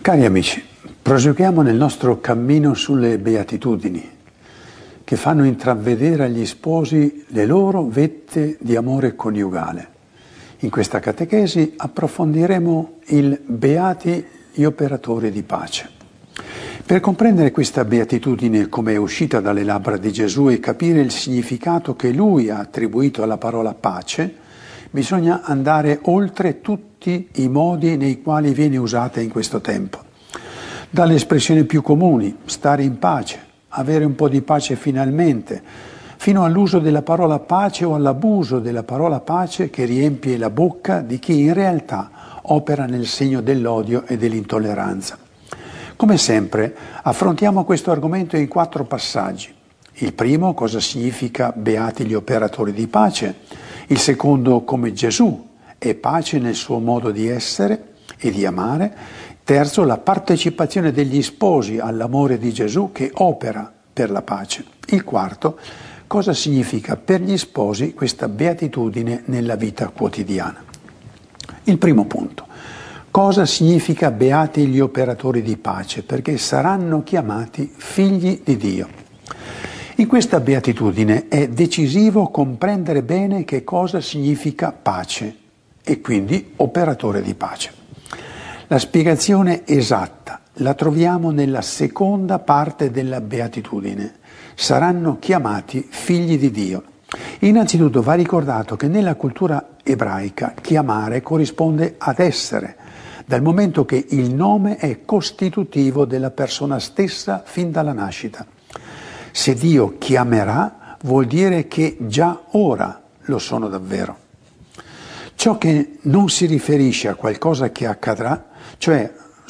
Cari amici, proseguiamo nel nostro cammino sulle beatitudini, che fanno intravedere agli sposi le loro vette di amore coniugale. In questa catechesi approfondiremo il beati gli operatori di pace. Per comprendere questa beatitudine come è uscita dalle labbra di Gesù e capire il significato che lui ha attribuito alla parola pace, bisogna andare oltre tutti i modi nei quali viene usata in questo tempo. Dalle espressioni più comuni, stare in pace, avere un po' di pace finalmente, fino all'uso della parola pace o all'abuso della parola pace che riempie la bocca di chi in realtà opera nel segno dell'odio e dell'intolleranza. Come sempre, affrontiamo questo argomento in 4 passaggi. Il primo, cosa significa beati gli operatori di pace. Il secondo, come Gesù è pace nel suo modo di essere e di amare. Terzo, la partecipazione degli sposi all'amore di Gesù che opera per la pace. Il quarto, cosa significa per gli sposi questa beatitudine nella vita quotidiana. Il primo punto, cosa significa beati gli operatori di pace? Perché saranno chiamati figli di Dio. In questa beatitudine è decisivo comprendere bene che cosa significa pace e quindi operatore di pace. La spiegazione esatta la troviamo nella seconda parte della beatitudine. Saranno chiamati figli di Dio. Innanzitutto va ricordato che nella cultura ebraica chiamare corrisponde ad essere, dal momento che il nome è costitutivo della persona stessa fin dalla nascita. Se Dio chiamerà, vuol dire che già ora lo sono davvero. Ciò che non si riferisce a qualcosa che accadrà, cioè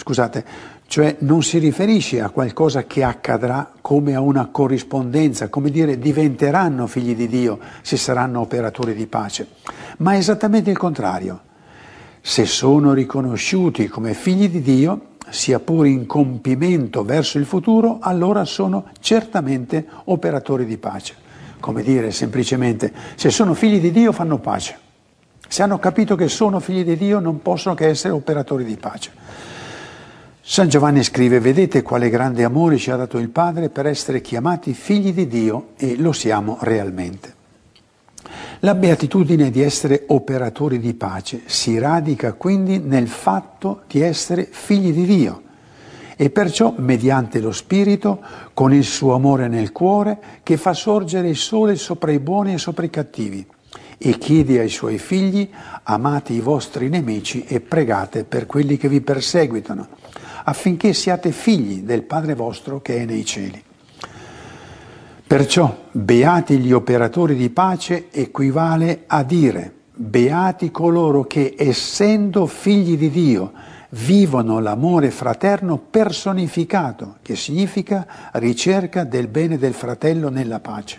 non si riferisce a qualcosa che accadrà come a una corrispondenza, come dire diventeranno figli di Dio se saranno operatori di pace, ma è esattamente il contrario. Se sono riconosciuti come figli di Dio, sia pure in compimento verso il futuro, allora sono certamente operatori di pace. Come dire semplicemente, se sono figli di Dio fanno pace. Se hanno capito che sono figli di Dio non possono che essere operatori di pace. San Giovanni scrive, vedete quale grande amore ci ha dato il Padre per essere chiamati figli di Dio e lo siamo realmente. La beatitudine di essere operatori di pace si radica quindi nel fatto di essere figli di Dio e perciò mediante lo Spirito, con il suo amore nel cuore, che fa sorgere il sole sopra i buoni e sopra i cattivi e chiede ai suoi figli, amate i vostri nemici e pregate per quelli che vi perseguitano, affinché siate figli del Padre vostro che è nei cieli. Perciò, beati gli operatori di pace equivale a dire, beati coloro che, essendo figli di Dio, vivono l'amore fraterno personificato, che significa ricerca del bene del fratello nella pace.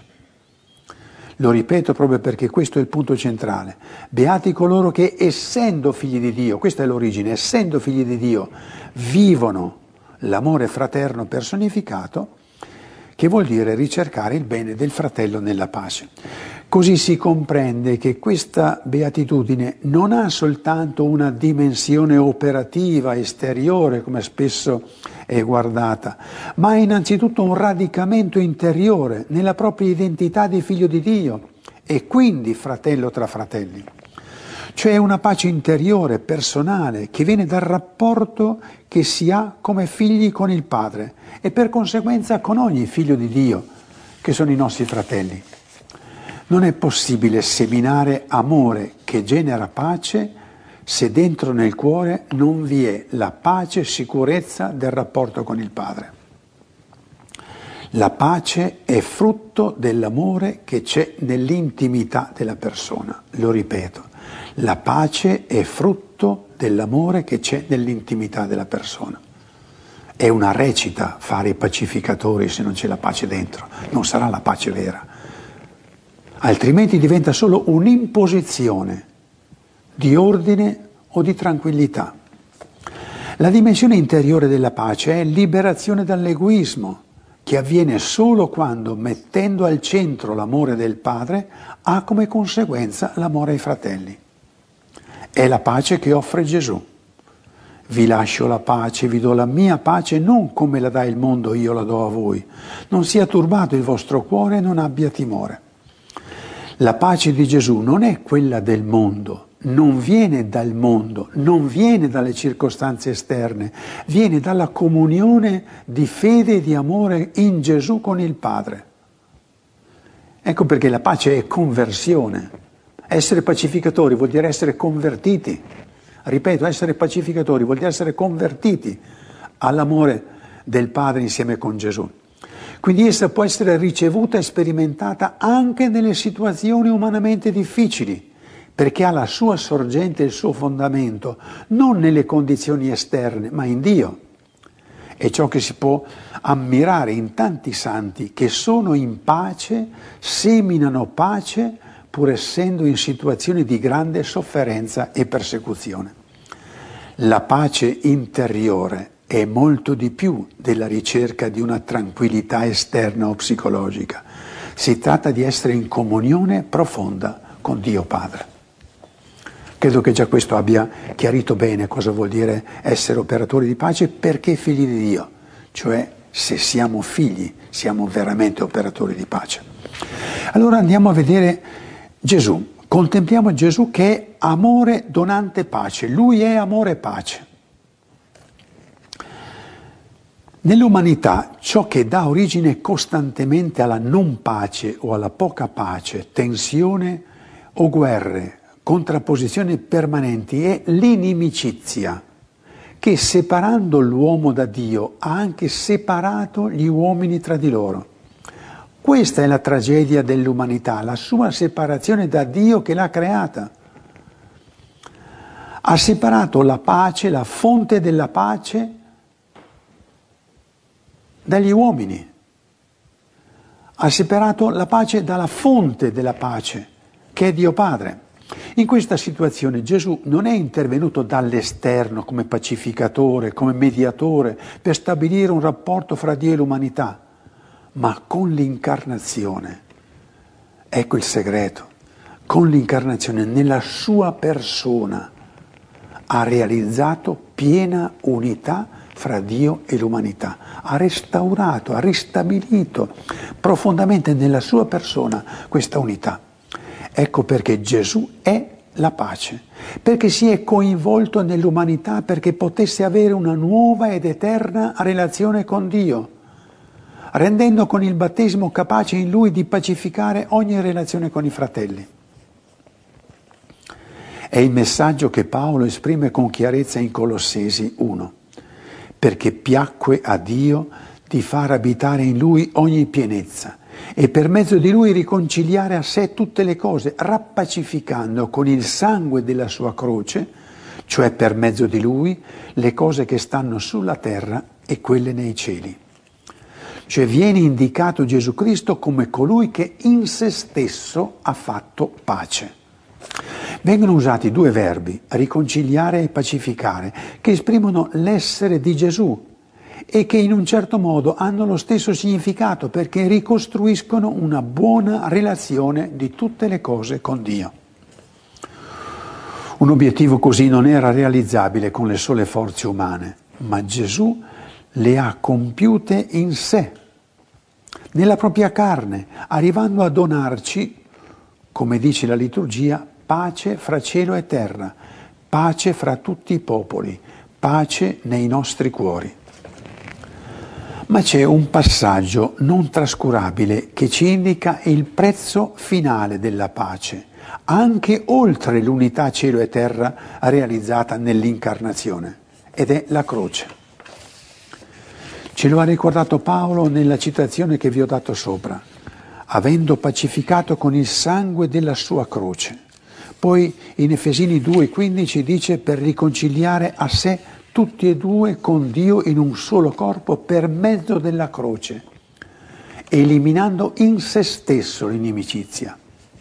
Lo ripeto proprio perché questo è il punto centrale. Beati coloro che, essendo figli di Dio, questa è l'origine, essendo figli di Dio, vivono l'amore fraterno personificato, che vuol dire ricercare il bene del fratello nella pace. Così si comprende che questa beatitudine non ha soltanto una dimensione operativa, esteriore, come spesso è guardata, ma ha innanzitutto un radicamento interiore nella propria identità di figlio di Dio e quindi fratello tra fratelli. Cioè una pace interiore, personale, che viene dal rapporto che si ha come figli con il Padre e per conseguenza con ogni figlio di Dio, che sono i nostri fratelli. Non è possibile seminare amore che genera pace se dentro nel cuore non vi è la pace e sicurezza del rapporto con il Padre. La pace è frutto dell'amore che c'è nell'intimità della persona. Lo ripeto. La pace è frutto dell'amore che c'è nell'intimità della persona. È una recita fare i pacificatori se non c'è la pace dentro, non sarà la pace vera. Altrimenti diventa solo un'imposizione di ordine o di tranquillità. La dimensione interiore della pace è liberazione dall'egoismo, che avviene solo quando, mettendo al centro l'amore del Padre, ha come conseguenza l'amore ai fratelli. È la pace che offre Gesù. Vi lascio la pace, vi do la mia pace, non come la dà il mondo, io la do a voi. Non sia turbato il vostro cuore, non abbia timore. La pace di Gesù non è quella del mondo, non viene dal mondo, non viene dalle circostanze esterne, viene dalla comunione di fede e di amore in Gesù con il Padre. Ecco perché la pace è conversione. Essere pacificatori vuol dire essere convertiti. Ripeto, essere pacificatori vuol dire essere convertiti all'amore del Padre insieme con Gesù. Quindi essa può essere ricevuta e sperimentata anche nelle situazioni umanamente difficili, perché ha la sua sorgente e il suo fondamento non nelle condizioni esterne, ma in Dio. È ciò che si può ammirare in tanti santi che sono in pace, seminano pace, pur essendo in situazioni di grande sofferenza e persecuzione. La pace interiore è molto di più della ricerca di una tranquillità esterna o psicologica. Si tratta di essere in comunione profonda con Dio Padre. Credo che già questo abbia chiarito bene cosa vuol dire essere operatori di pace, perché figli di Dio, cioè se siamo figli siamo veramente operatori di pace. Allora andiamo a vedere Gesù, contempliamo Gesù che è amore donante pace, Lui è amore e pace. Nell'umanità ciò che dà origine costantemente alla non pace o alla poca pace, tensione o guerre, contrapposizioni permanenti è l'inimicizia, che separando l'uomo da Dio ha anche separato gli uomini tra di loro. Questa è la tragedia dell'umanità, la sua separazione da Dio che l'ha creata. Ha separato la pace, la fonte della pace, dagli uomini. Ha separato la pace dalla fonte della pace, che è Dio Padre. In questa situazione Gesù non è intervenuto dall'esterno come pacificatore, come mediatore, per stabilire un rapporto fra Dio e l'umanità, ma con l'incarnazione. Ecco il segreto. Con l'incarnazione, nella sua persona, ha realizzato piena unità fra Dio e l'umanità. Ha restaurato, ha ristabilito profondamente nella sua persona questa unità. Ecco perché Gesù è la pace, perché si è coinvolto nell'umanità perché potesse avere una nuova ed eterna relazione con Dio, rendendo con il battesimo capace in Lui di pacificare ogni relazione con i fratelli. È il messaggio che Paolo esprime con chiarezza in Colossesi 1, perché piacque a Dio di far abitare in Lui ogni pienezza, e per mezzo di Lui riconciliare a sé tutte le cose, rappacificando con il sangue della sua croce, cioè per mezzo di Lui, le cose che stanno sulla terra e quelle nei cieli. Cioè viene indicato Gesù Cristo come colui che in se stesso ha fatto pace. Vengono usati due verbi, riconciliare e pacificare, che esprimono l'essere di Gesù e che in un certo modo hanno lo stesso significato perché ricostruiscono una buona relazione di tutte le cose con Dio. Un obiettivo così non era realizzabile con le sole forze umane, ma Gesù le ha compiute in sé, nella propria carne, arrivando a donarci, come dice la liturgia, pace fra cielo e terra, pace fra tutti i popoli, pace nei nostri cuori. Ma c'è un passaggio non trascurabile che ci indica il prezzo finale della pace, anche oltre l'unità cielo e terra realizzata nell'incarnazione, ed è la croce. Ce lo ha ricordato Paolo nella citazione che vi ho dato sopra, avendo pacificato con il sangue della sua croce. Poi in Efesini 2,15 dice per riconciliare a sé tutti e due con Dio in un solo corpo per mezzo della croce, eliminando in se stesso l'inimicizia.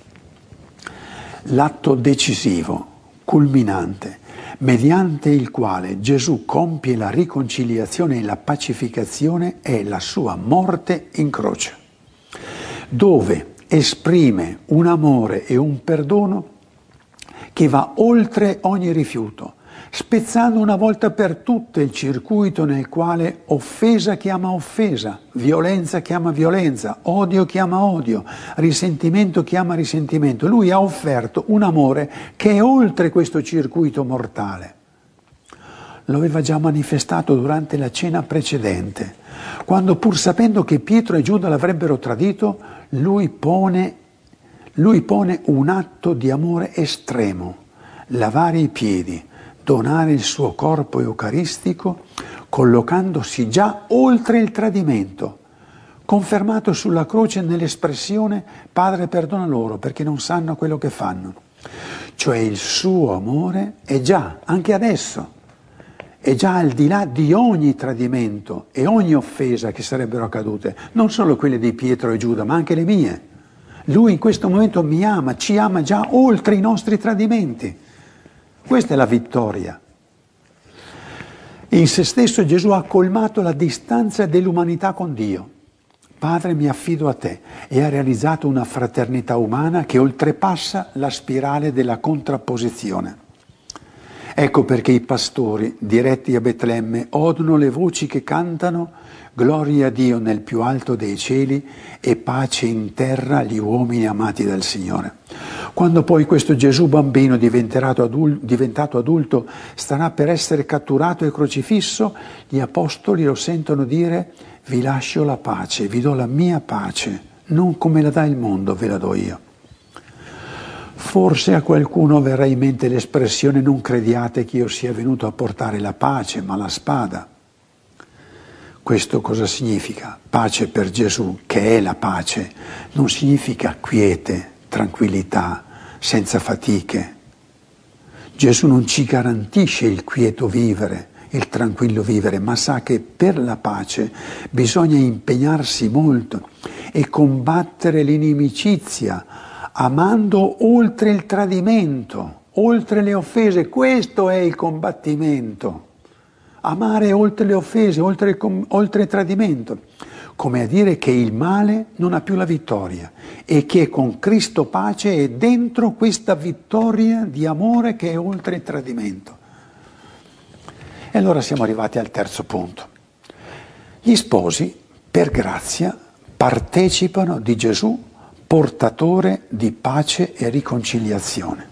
L'atto decisivo, culminante, mediante il quale Gesù compie la riconciliazione e la pacificazione è la sua morte in croce, dove esprime un amore e un perdono che va oltre ogni rifiuto, spezzando una volta per tutte il circuito nel quale offesa chiama offesa, violenza chiama violenza, odio chiama odio, risentimento chiama risentimento. Lui ha offerto un amore che è oltre questo circuito mortale. Lo aveva già manifestato durante la cena precedente, quando pur sapendo che Pietro e Giuda l'avrebbero tradito, lui pone un atto di amore estremo, lavare i piedi, donare il suo corpo eucaristico, collocandosi già oltre il tradimento, confermato sulla croce nell'espressione «Padre, perdona loro perché non sanno quello che fanno». Cioè il suo amore è già, anche adesso, è già al di là di ogni tradimento e ogni offesa che sarebbero accadute, non solo quelle di Pietro e Giuda, ma anche le mie. Lui in questo momento mi ama, ci ama già oltre i nostri tradimenti. Questa è la vittoria. In se stesso Gesù ha colmato la distanza dell'umanità con Dio. Padre, mi affido a te, e ha realizzato una fraternità umana che oltrepassa la spirale della contrapposizione. Ecco perché i pastori, diretti a Betlemme, odono le voci che cantano «Gloria a Dio nel più alto dei cieli e pace in terra agli uomini amati dal Signore». Quando poi questo Gesù bambino diventato adulto starà per essere catturato e crocifisso, gli apostoli lo sentono dire «Vi lascio la pace, vi do la mia pace, non come la dà il mondo, ve la do io». Forse a qualcuno verrà in mente l'espressione «non crediate che io sia venuto a portare la pace, ma la spada». Questo cosa significa? Pace per Gesù, che è la pace, non significa quiete, tranquillità, senza fatiche. Gesù non ci garantisce il quieto vivere, il tranquillo vivere, ma sa che per la pace bisogna impegnarsi molto e combattere l'inimicizia, amando oltre il tradimento, oltre le offese. Questo è il combattimento. Amare oltre le offese, oltre il tradimento, come a dire che il male non ha più la vittoria e che con Cristo pace è dentro questa vittoria di amore che è oltre il tradimento. E allora siamo arrivati al terzo punto. Gli sposi, per grazia, partecipano di Gesù, portatore di pace e riconciliazione.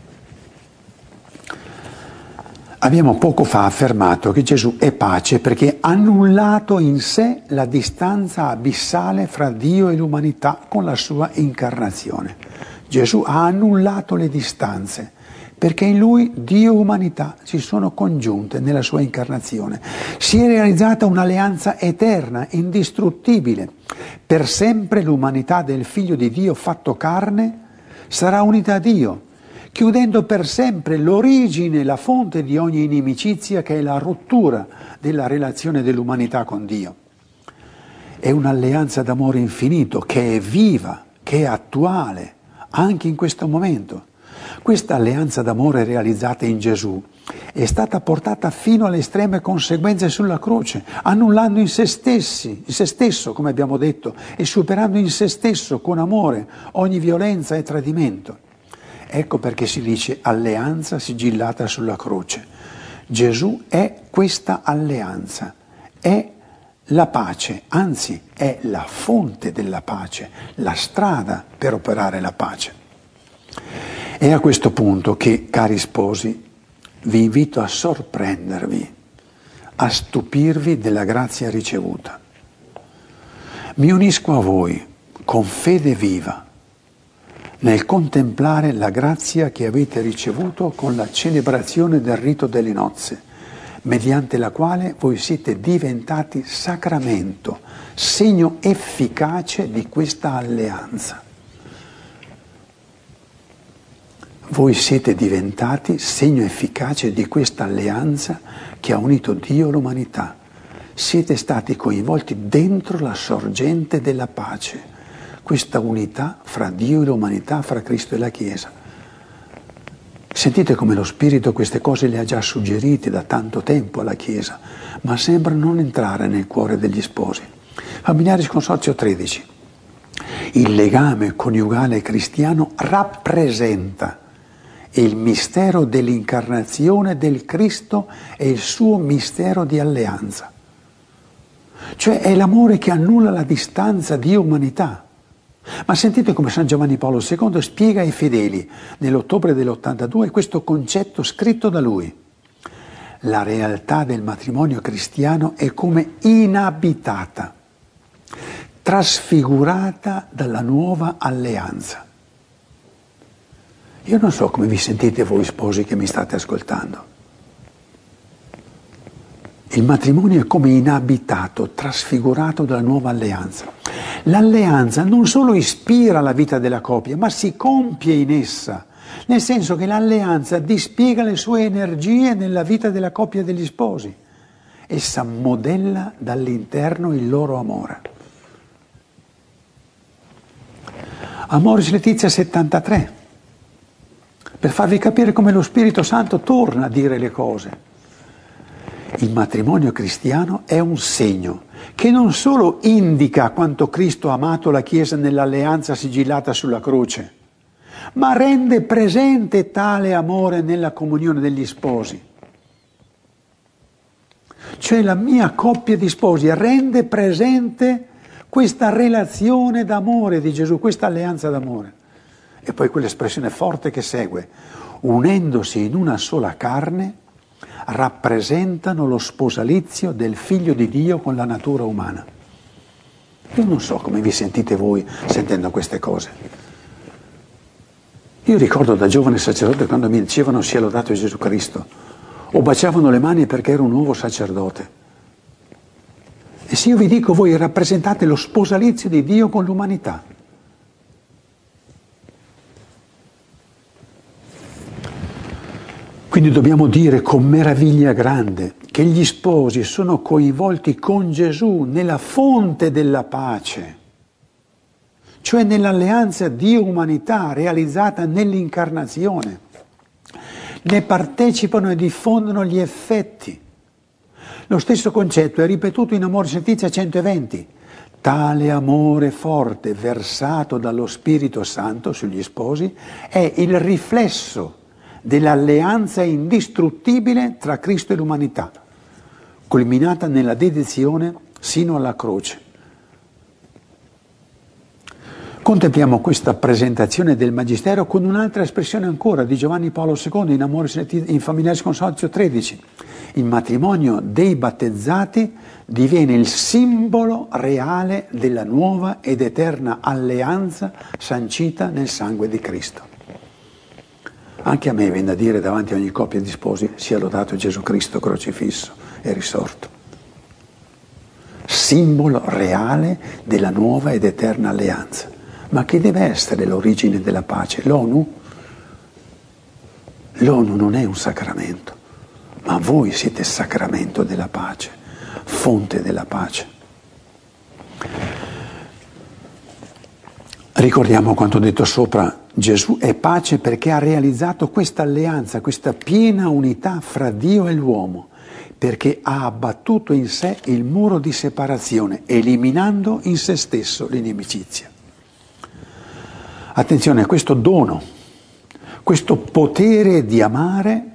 Abbiamo poco fa affermato che Gesù è pace perché ha annullato in sé la distanza abissale fra Dio e l'umanità con la sua incarnazione. Gesù ha annullato le distanze perché in Lui Dio e umanità si sono congiunte nella sua incarnazione. Si è realizzata un'alleanza eterna, indistruttibile. Per sempre l'umanità del Figlio di Dio fatto carne sarà unita a Dio, chiudendo per sempre l'origine, la fonte di ogni inimicizia che è la rottura della relazione dell'umanità con Dio. È un'alleanza d'amore infinito che è viva, che è attuale, anche in questo momento. Questa alleanza d'amore realizzata in Gesù è stata portata fino alle estreme conseguenze sulla croce, annullando in se stesso, come abbiamo detto, e superando in se stesso con amore ogni violenza e tradimento. Ecco perché si dice alleanza sigillata sulla croce. Gesù è questa alleanza, è la pace, anzi è la fonte della pace, la strada per operare la pace. È a questo punto che, cari sposi, vi invito a sorprendervi, a stupirvi della grazia ricevuta. Mi unisco a voi con fede viva nel contemplare la grazia che avete ricevuto con la celebrazione del rito delle nozze, mediante la quale voi siete diventati sacramento, segno efficace di questa alleanza. Voi siete diventati segno efficace di questa alleanza che ha unito Dio e l'umanità. Siete stati coinvolti dentro la sorgente della pace, questa unità fra Dio e l'umanità, fra Cristo e la Chiesa. Sentite come lo Spirito queste cose le ha già suggerite da tanto tempo alla Chiesa, ma sembra non entrare nel cuore degli sposi. Familiaris Consorzio 13. Il legame coniugale cristiano rappresenta il mistero dell'incarnazione del Cristo e il suo mistero di alleanza. Cioè è l'amore che annulla la distanza Dio-umanità. Ma sentite come San Giovanni Paolo II spiega ai fedeli nell'ottobre dell'82 questo concetto scritto da lui. La realtà del matrimonio cristiano è come inabitata, trasfigurata dalla nuova alleanza. Io non so come vi sentite voi sposi che mi state ascoltando. Il matrimonio è come inabitato, trasfigurato dalla nuova alleanza. L'alleanza non solo ispira la vita della coppia, ma si compie in essa, nel senso che l'alleanza dispiega le sue energie nella vita della coppia degli sposi. Essa modella dall'interno il loro amore. Amoris Laetitia 73, per farvi capire come lo Spirito Santo torna a dire le cose. Il matrimonio cristiano è un segno che non solo indica quanto Cristo ha amato la Chiesa nell'alleanza sigillata sulla croce, ma rende presente tale amore nella comunione degli sposi. Cioè la mia coppia di sposi rende presente questa relazione d'amore di Gesù, questa alleanza d'amore. E poi quell'espressione forte che segue, unendosi in una sola carne, rappresentano lo sposalizio del Figlio di Dio con la natura umana. Io non so come vi sentite voi sentendo queste cose. Io ricordo da giovane sacerdote quando mi dicevano sia lodato Gesù Cristo, o baciavano le mani perché ero un nuovo sacerdote. E se io vi dico voi rappresentate lo sposalizio di Dio con l'umanità. Quindi dobbiamo dire con meraviglia grande che gli sposi sono coinvolti con Gesù nella fonte della pace, cioè nell'alleanza Dio-umanità realizzata nell'incarnazione. Ne partecipano e diffondono gli effetti. Lo stesso concetto è ripetuto in Amoris Laetitia 120. Tale amore forte versato dallo Spirito Santo sugli sposi è il riflesso dell'alleanza indistruttibile tra Cristo e l'umanità, culminata nella dedizione sino alla croce. Contempliamo questa presentazione del Magistero con un'altra espressione ancora di Giovanni Paolo II in Amoris Laetitia, in Familiaris Consortio 13. Il matrimonio dei battezzati diviene il simbolo reale della nuova ed eterna alleanza sancita nel sangue di Cristo. Anche a me viene da dire davanti a ogni coppia di sposi sia lodato Gesù Cristo crocifisso e risorto. Simbolo reale della nuova ed eterna alleanza. Ma che deve essere l'origine della pace? L'ONU? L'ONU non è un sacramento, ma voi siete sacramento della pace, fonte della pace. Ricordiamo quanto detto sopra, Gesù è pace perché ha realizzato questa alleanza, questa piena unità fra Dio e l'uomo, perché ha abbattuto in sé il muro di separazione, eliminando in se stesso l'inimicizia. Attenzione a questo dono, questo potere di amare,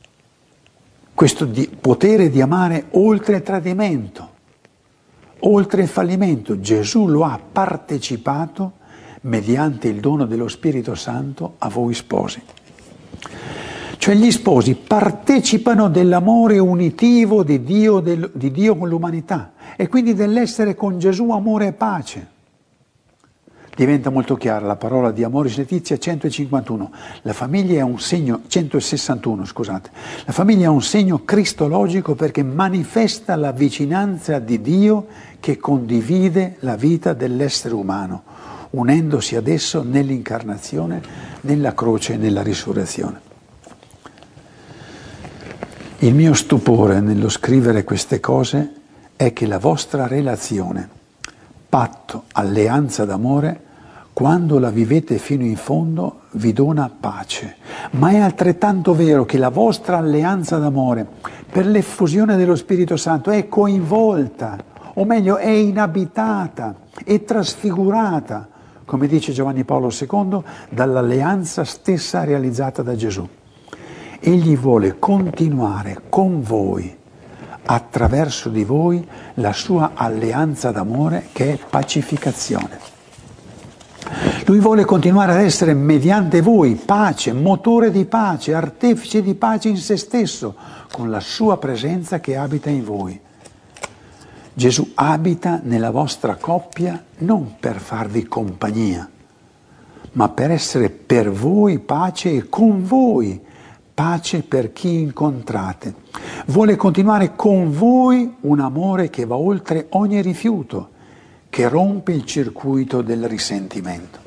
potere di amare oltre il tradimento, oltre il fallimento. Gesù lo ha partecipato mediante il dono dello Spirito Santo a voi sposi. Cioè gli sposi partecipano dell'amore unitivo di Dio con l'umanità e quindi dell'essere con Gesù amore e pace. Diventa molto chiara la parola di Amoris Laetitia 151. La famiglia è un segno, 161, scusate. La famiglia è un segno cristologico perché manifesta la vicinanza di Dio che condivide la vita dell'essere umano, unendosi ad esso nell'incarnazione, nella croce e nella risurrezione. Il mio stupore nello scrivere queste cose è che la vostra relazione, patto, alleanza d'amore, quando la vivete fino in fondo vi dona pace, ma è altrettanto vero che la vostra alleanza d'amore per l'effusione dello Spirito Santo è coinvolta, o meglio è inabitata, è trasfigurata come dice Giovanni Paolo II, dall'alleanza stessa realizzata da Gesù. Egli vuole continuare con voi, attraverso di voi, la sua alleanza d'amore che è pacificazione. Lui vuole continuare ad essere mediante voi pace, motore di pace, artefice di pace in se stesso, con la sua presenza che abita in voi. Gesù abita nella vostra coppia non per farvi compagnia, ma per essere per voi pace e con voi pace per chi incontrate. Vuole continuare con voi un amore che va oltre ogni rifiuto, che rompe il circuito del risentimento.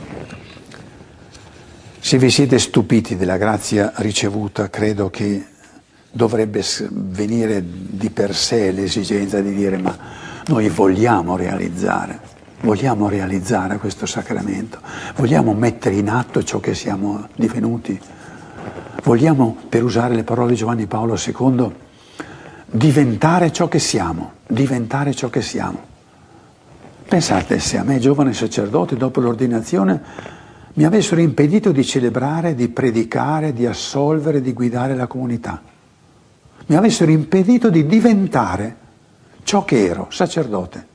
Se vi siete stupiti della grazia ricevuta, credo che dovrebbe venire di per sé l'esigenza di dire: ma noi vogliamo realizzare questo sacramento, vogliamo mettere in atto ciò che siamo divenuti, vogliamo, per usare le parole di Giovanni Paolo II, diventare ciò che siamo. Pensate se a me, giovane sacerdote, dopo l'ordinazione, mi avessero impedito di celebrare, di predicare, di assolvere, di guidare la comunità. Mi avessero impedito di diventare ciò che ero, sacerdote.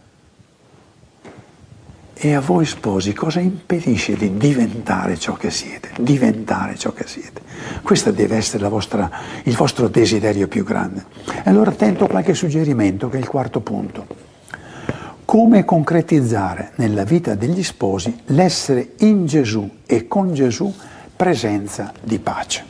E a voi sposi cosa impedisce di diventare ciò che siete? Questo deve essere il vostro desiderio più grande. E allora tento qualche suggerimento, che è il quarto punto. Come concretizzare nella vita degli sposi l'essere in Gesù e con Gesù presenza di pace.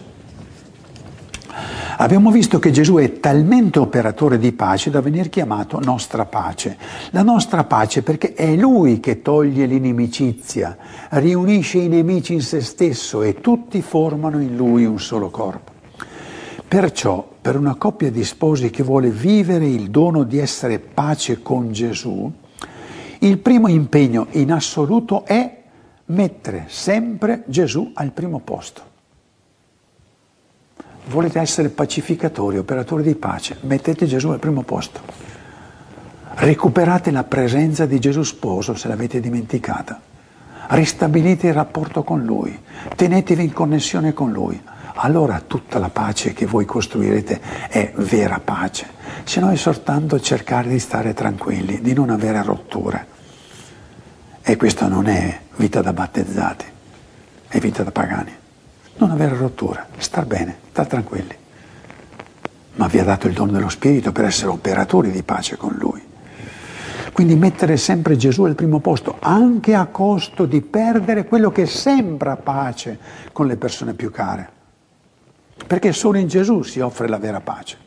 Abbiamo visto che Gesù è talmente operatore di pace da venir chiamato nostra pace. La nostra pace perché è Lui che toglie l'inimicizia, riunisce i nemici in se stesso e tutti formano in Lui un solo corpo. Perciò, per una coppia di sposi che vuole vivere il dono di essere pace con Gesù, il primo impegno in assoluto è mettere sempre Gesù al primo posto. Volete essere pacificatori, operatori di pace, mettete Gesù al primo posto. Recuperate la presenza di Gesù sposo se l'avete dimenticata. Ristabilite il rapporto con Lui, tenetevi in connessione con Lui. Allora tutta la pace che voi costruirete è vera pace, se no è soltanto cercare di stare tranquilli, di non avere rotture. E questo non è vita da battezzati, è vita da pagani. Non avere rotture, star bene, star tranquilli. Ma vi ha dato il dono dello Spirito per essere operatori di pace con Lui. Quindi mettere sempre Gesù al primo posto, anche a costo di perdere quello che sembra pace con le persone più care. Perché solo in Gesù si offre la vera pace.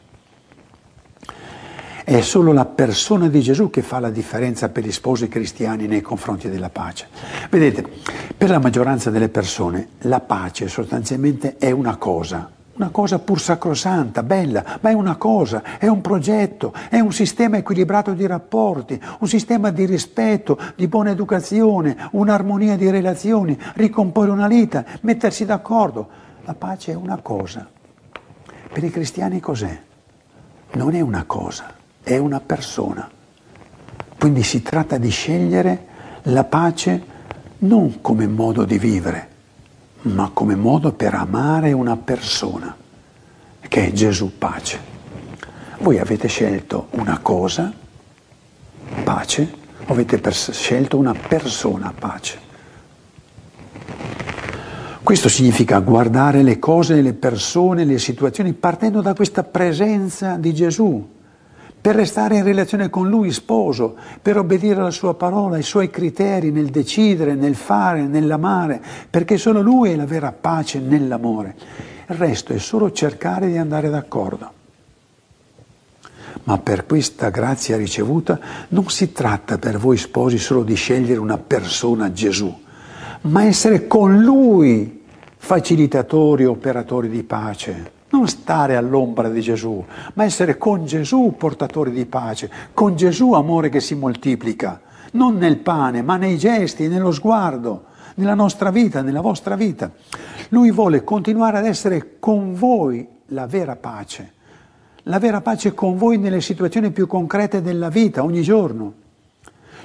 È solo la persona di Gesù che fa la differenza per gli sposi cristiani nei confronti della pace. Vedete, per la maggioranza delle persone la pace sostanzialmente è una cosa pur sacrosanta, bella, ma è una cosa, è un progetto, è un sistema equilibrato di rapporti, un sistema di rispetto, di buona educazione, un'armonia di relazioni, ricomporre una vita, mettersi d'accordo. La pace è una cosa. Per i cristiani cos'è? Non è una cosa, è una persona. Quindi si tratta di scegliere la pace non come modo di vivere, ma come modo per amare una persona, che è Gesù pace. Voi avete scelto una cosa, pace, o avete scelto una persona, pace. Questo significa guardare le cose, le persone, le situazioni partendo da questa presenza di Gesù, per restare in relazione con Lui sposo, per obbedire alla Sua parola, ai Suoi criteri nel decidere, nel fare, nell'amare, perché solo Lui è la vera pace nell'amore. Il resto è solo cercare di andare d'accordo. Ma per questa grazia ricevuta non si tratta per voi sposi solo di scegliere una persona, Gesù, ma essere con Lui facilitatori, operatori di pace. Non stare all'ombra di Gesù, ma essere con Gesù portatori di pace, con Gesù amore che si moltiplica, non nel pane, ma nei gesti, nello sguardo, nella nostra vita, nella vostra vita. Lui vuole continuare ad essere con voi la vera pace con voi nelle situazioni più concrete della vita, ogni giorno.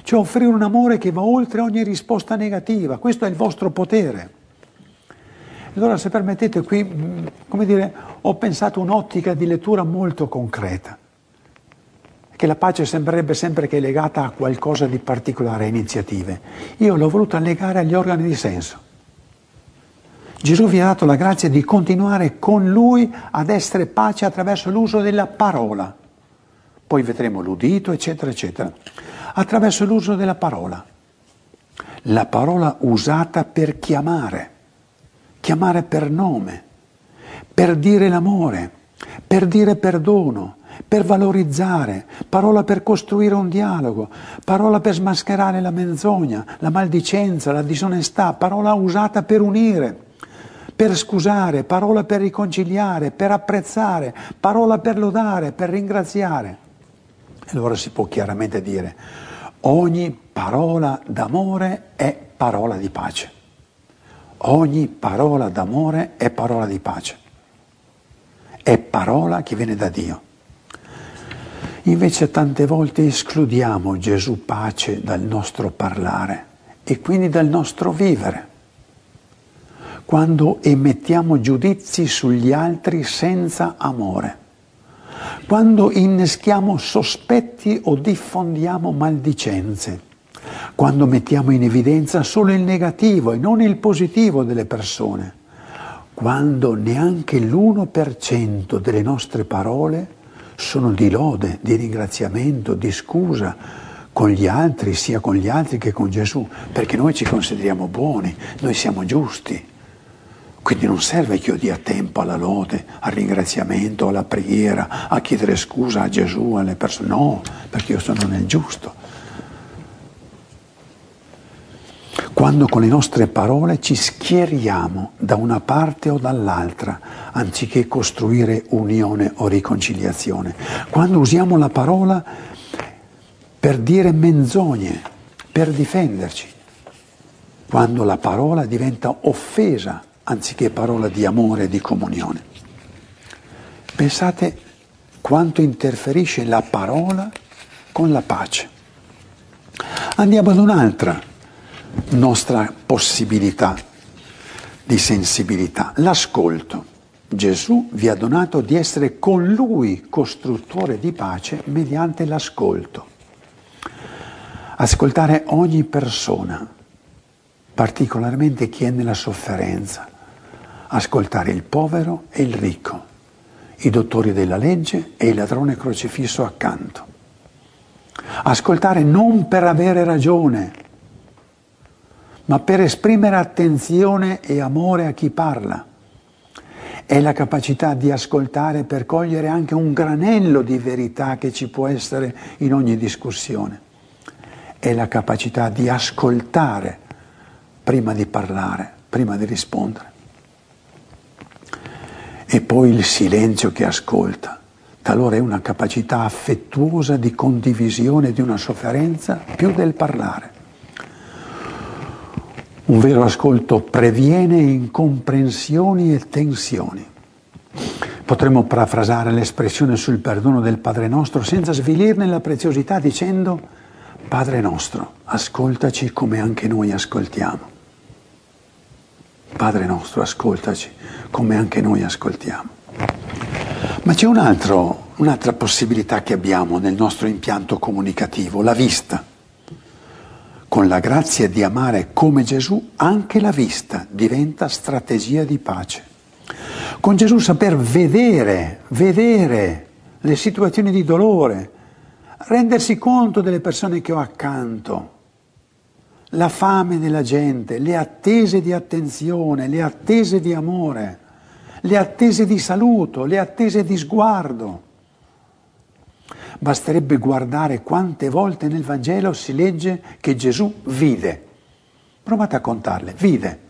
cioè offrire un amore che va oltre ogni risposta negativa. Questo è il vostro potere. Allora, se permettete, qui, come dire, ho pensato un'ottica di lettura molto concreta, che la pace sembrerebbe sempre che è legata a qualcosa di particolare, a iniziative. Io l'ho voluta legare agli organi di senso. Gesù vi ha dato la grazia di continuare con Lui ad essere pace attraverso l'uso della parola. Poi vedremo l'udito, eccetera, eccetera. Attraverso l'uso della parola. La parola usata per chiamare per nome, per dire l'amore, per dire perdono, per valorizzare, parola per costruire un dialogo, parola per smascherare la menzogna, la maldicenza, la disonestà, parola usata per unire, per scusare, parola per riconciliare, per apprezzare, parola per lodare, per ringraziare. E allora si può chiaramente dire: ogni parola d'amore è parola di pace. Ogni parola d'amore è parola di pace. È parola che viene da Dio. Invece tante volte escludiamo Gesù pace dal nostro parlare e quindi dal nostro vivere. Quando emettiamo giudizi sugli altri senza amore. Quando inneschiamo sospetti o diffondiamo maldicenze. Quando mettiamo in evidenza solo il negativo e non il positivo delle persone, quando neanche l'1% delle nostre parole sono di lode, di ringraziamento, di scusa con gli altri, sia con gli altri che con Gesù, perché noi ci consideriamo buoni, noi siamo giusti. Quindi non serve che io dia tempo alla lode, al ringraziamento, alla preghiera, a chiedere scusa a Gesù, alle persone. No, perché io sono nel giusto. Quando con le nostre parole ci schieriamo da una parte o dall'altra, anziché costruire unione o riconciliazione. Quando usiamo la parola per dire menzogne, per difenderci. Quando la parola diventa offesa, anziché parola di amore e di comunione. Pensate quanto interferisce la parola con la pace. Andiamo ad un'altra nostra possibilità di sensibilità, l'ascolto. Gesù vi ha donato di essere con Lui costruttore di pace mediante l'ascolto. Ascoltare ogni persona, particolarmente chi è nella sofferenza. Ascoltare il povero e il ricco, i dottori della legge e il ladrone crocifisso accanto. Ascoltare non per avere ragione, ma per esprimere attenzione e amore a chi parla. È la capacità di ascoltare per cogliere anche un granello di verità che ci può essere in ogni discussione. È la capacità di ascoltare prima di parlare, prima di rispondere. E poi il silenzio che ascolta. Talora è una capacità affettuosa di condivisione di una sofferenza più del parlare. Un vero ascolto previene incomprensioni e tensioni. Potremmo parafrasare l'espressione sul perdono del Padre nostro senza svilirne la preziosità dicendo: Padre nostro, ascoltaci come anche noi ascoltiamo. Padre nostro, ascoltaci come anche noi ascoltiamo. Ma c'è un'altra possibilità che abbiamo nel nostro impianto comunicativo, la vista. Con la grazia di amare come Gesù, anche la vista diventa strategia di pace. Con Gesù saper vedere le situazioni di dolore, rendersi conto delle persone che ho accanto, la fame della gente, le attese di attenzione, le attese di amore, le attese di saluto, le attese di sguardo. Basterebbe guardare quante volte nel Vangelo si legge che Gesù vide. Provate a contarle, vide.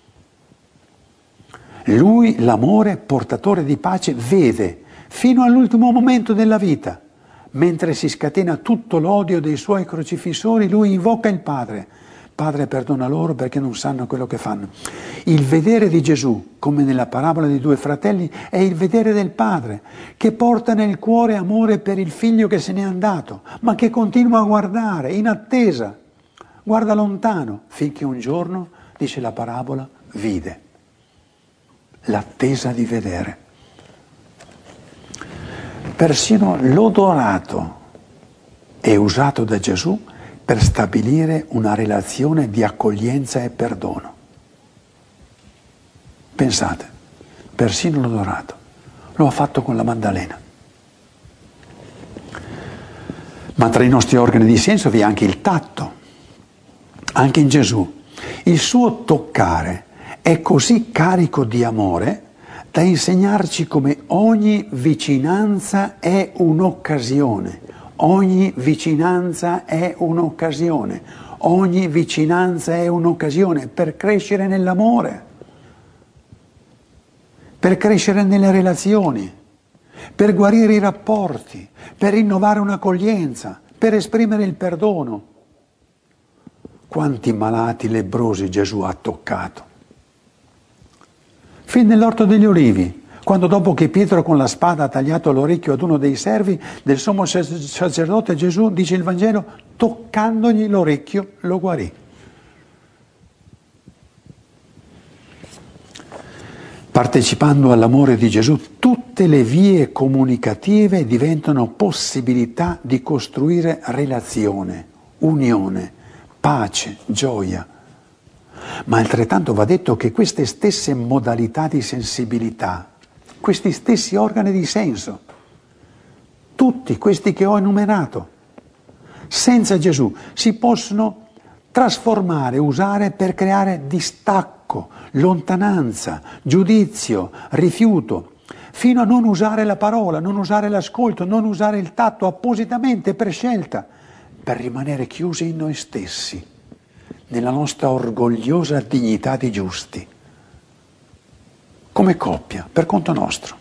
Lui, l'amore, portatore di pace, vede fino all'ultimo momento della vita. Mentre si scatena tutto l'odio dei suoi crocifissori, lui invoca il Padre Padre, perdona loro perché non sanno quello che fanno. Il vedere di Gesù, come nella parabola dei due fratelli, è il vedere del Padre, che porta nel cuore amore per il figlio che se n'è andato, ma che continua a guardare, in attesa. Guarda lontano, finché un giorno, dice la parabola, vide. L'attesa di vedere. Persino l'odorato è usato da Gesù per stabilire una relazione di accoglienza e perdono. Pensate, persino l'odorato lo ha fatto con la Maddalena. Ma tra i nostri organi di senso vi è anche il tatto. Anche in Gesù il suo toccare è così carico di amore da insegnarci come ogni vicinanza è un'occasione. Ogni vicinanza è un'occasione, ogni vicinanza è un'occasione per crescere nell'amore, per crescere nelle relazioni, per guarire i rapporti, per rinnovare un'accoglienza, per esprimere il perdono. Quanti malati lebbrosi Gesù ha toccato. Fin nell'Orto degli Olivi, quando dopo che Pietro con la spada ha tagliato l'orecchio ad uno dei servi del sommo sacerdote, Gesù, dice il Vangelo, toccandogli l'orecchio lo guarì. Partecipando all'amore di Gesù, tutte le vie comunicative diventano possibilità di costruire relazione, unione, pace, gioia. Ma altrettanto va detto che queste stesse modalità di sensibilità, questi stessi organi di senso, tutti questi che ho enumerato, senza Gesù si possono trasformare, usare per creare distacco, lontananza, giudizio, rifiuto, fino a non usare la parola, non usare l'ascolto, non usare il tatto appositamente per scelta, per rimanere chiusi in noi stessi, nella nostra orgogliosa dignità di giusti. Come coppia, per conto nostro.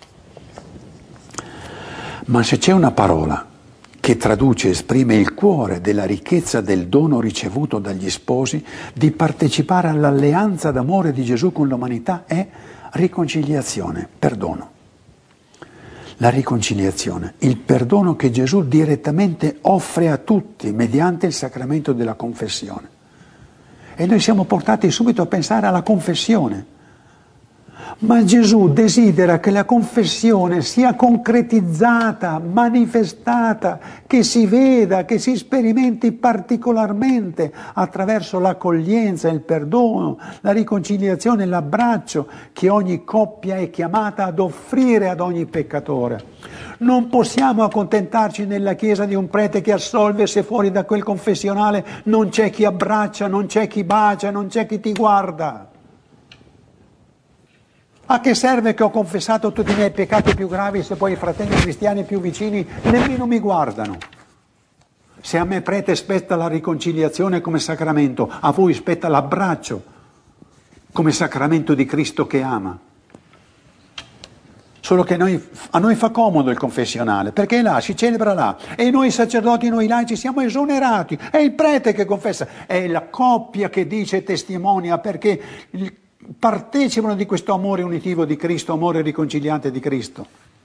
Ma se c'è una parola che traduce e esprime il cuore della ricchezza del dono ricevuto dagli sposi di partecipare all'alleanza d'amore di Gesù con l'umanità, è riconciliazione, perdono. La riconciliazione, il perdono che Gesù direttamente offre a tutti mediante il sacramento della confessione. E noi siamo portati subito a pensare alla confessione. Ma Gesù desidera che la confessione sia concretizzata, manifestata, che si veda, che si sperimenti particolarmente attraverso l'accoglienza, il perdono, la riconciliazione, l'abbraccio che ogni coppia è chiamata ad offrire ad ogni peccatore. Non possiamo accontentarci nella chiesa di un prete che assolve se fuori da quel confessionale non c'è chi abbraccia, non c'è chi bacia, non c'è chi ti guarda. A che serve che ho confessato tutti i miei peccati più gravi se poi i fratelli cristiani più vicini nemmeno mi guardano? Se a me prete spetta la riconciliazione come sacramento, a voi spetta l'abbraccio come sacramento di Cristo che ama. Solo che a noi fa comodo il confessionale, perché è là, si celebra là, e noi sacerdoti, noi laici siamo esonerati, è il prete che confessa, è la coppia che dice e testimonia perché partecipano di questo amore unitivo di Cristo, amore riconciliante di Cristo.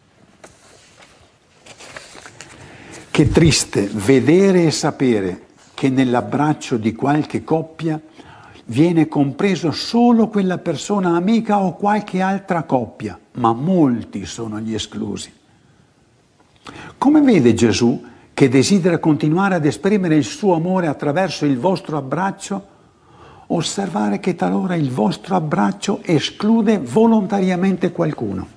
Che triste vedere e sapere che nell'abbraccio di qualche coppia viene compreso solo quella persona amica o qualche altra coppia, ma molti sono gli esclusi. Come vede Gesù, che desidera continuare ad esprimere il suo amore attraverso il vostro abbraccio, osservare che talora il vostro abbraccio esclude volontariamente qualcuno?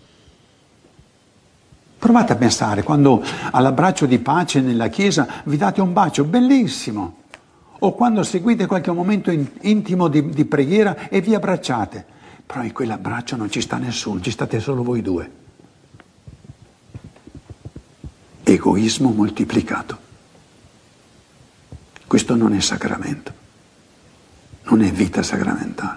Provate a pensare, quando all'abbraccio di pace nella chiesa vi date un bacio bellissimo, o quando seguite qualche momento intimo di preghiera e vi abbracciate, però in quell'abbraccio non ci sta nessuno, ci state solo voi due. Egoismo moltiplicato. Questo non è sacramento, non è vita sacramentale.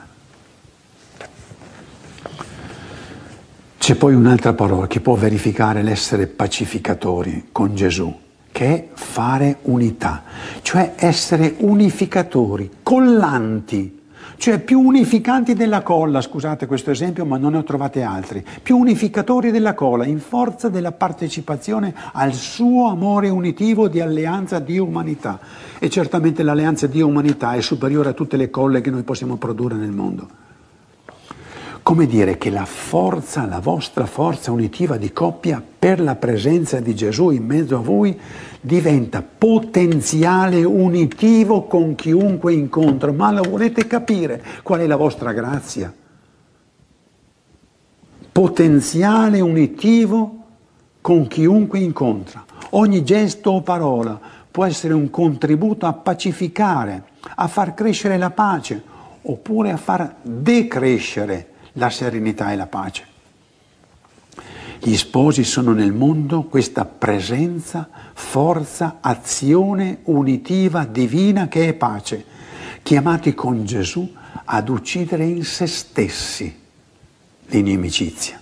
C'è poi un'altra parola che può verificare l'essere pacificatori con Gesù, che è fare unità, cioè essere unificatori, collanti, cioè più unificanti della colla, scusate questo esempio ma non ne ho trovate altri, più unificatori della colla in forza della partecipazione al suo amore unitivo di alleanza Dio-umanità. E certamente l'alleanza Dio-umanità è superiore a tutte le colle che noi possiamo produrre nel mondo. Come dire che la vostra forza unitiva di coppia per la presenza di Gesù in mezzo a voi diventa potenziale unitivo con chiunque incontra. Ma lo volete capire qual è la vostra grazia? Potenziale unitivo con chiunque incontra. Ogni gesto o parola può essere un contributo a pacificare, a far crescere la pace, oppure a far decrescere la serenità e la pace. Gli sposi sono nel mondo questa presenza, forza, azione unitiva divina che è pace, chiamati con Gesù ad uccidere in se stessi l'inimicizia.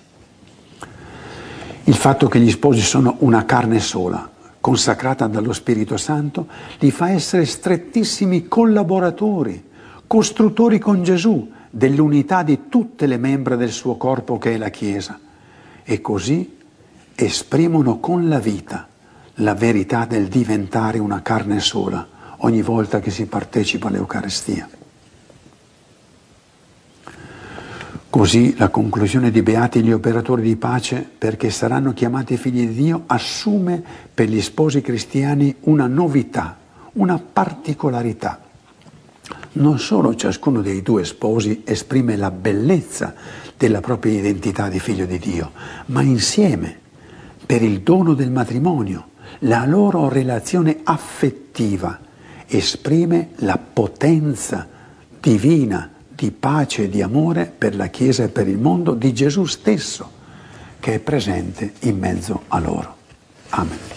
Il fatto che gli sposi sono una carne sola, consacrata dallo Spirito Santo, li fa essere strettissimi collaboratori, costruttori con Gesù dell'unità di tutte le membra del suo corpo che è la Chiesa, e così esprimono con la vita la verità del diventare una carne sola ogni volta che si partecipa all'Eucaristia. Così la conclusione di Beati gli operatori di pace, perché saranno chiamati figli di Dio, assume per gli sposi cristiani una novità, una particolarità. Non solo ciascuno dei due sposi esprime la bellezza della propria identità di figlio di Dio, ma insieme, per il dono del matrimonio, la loro relazione affettiva esprime la potenza divina di pace e di amore per la Chiesa e per il mondo di Gesù stesso, che è presente in mezzo a loro. Amen.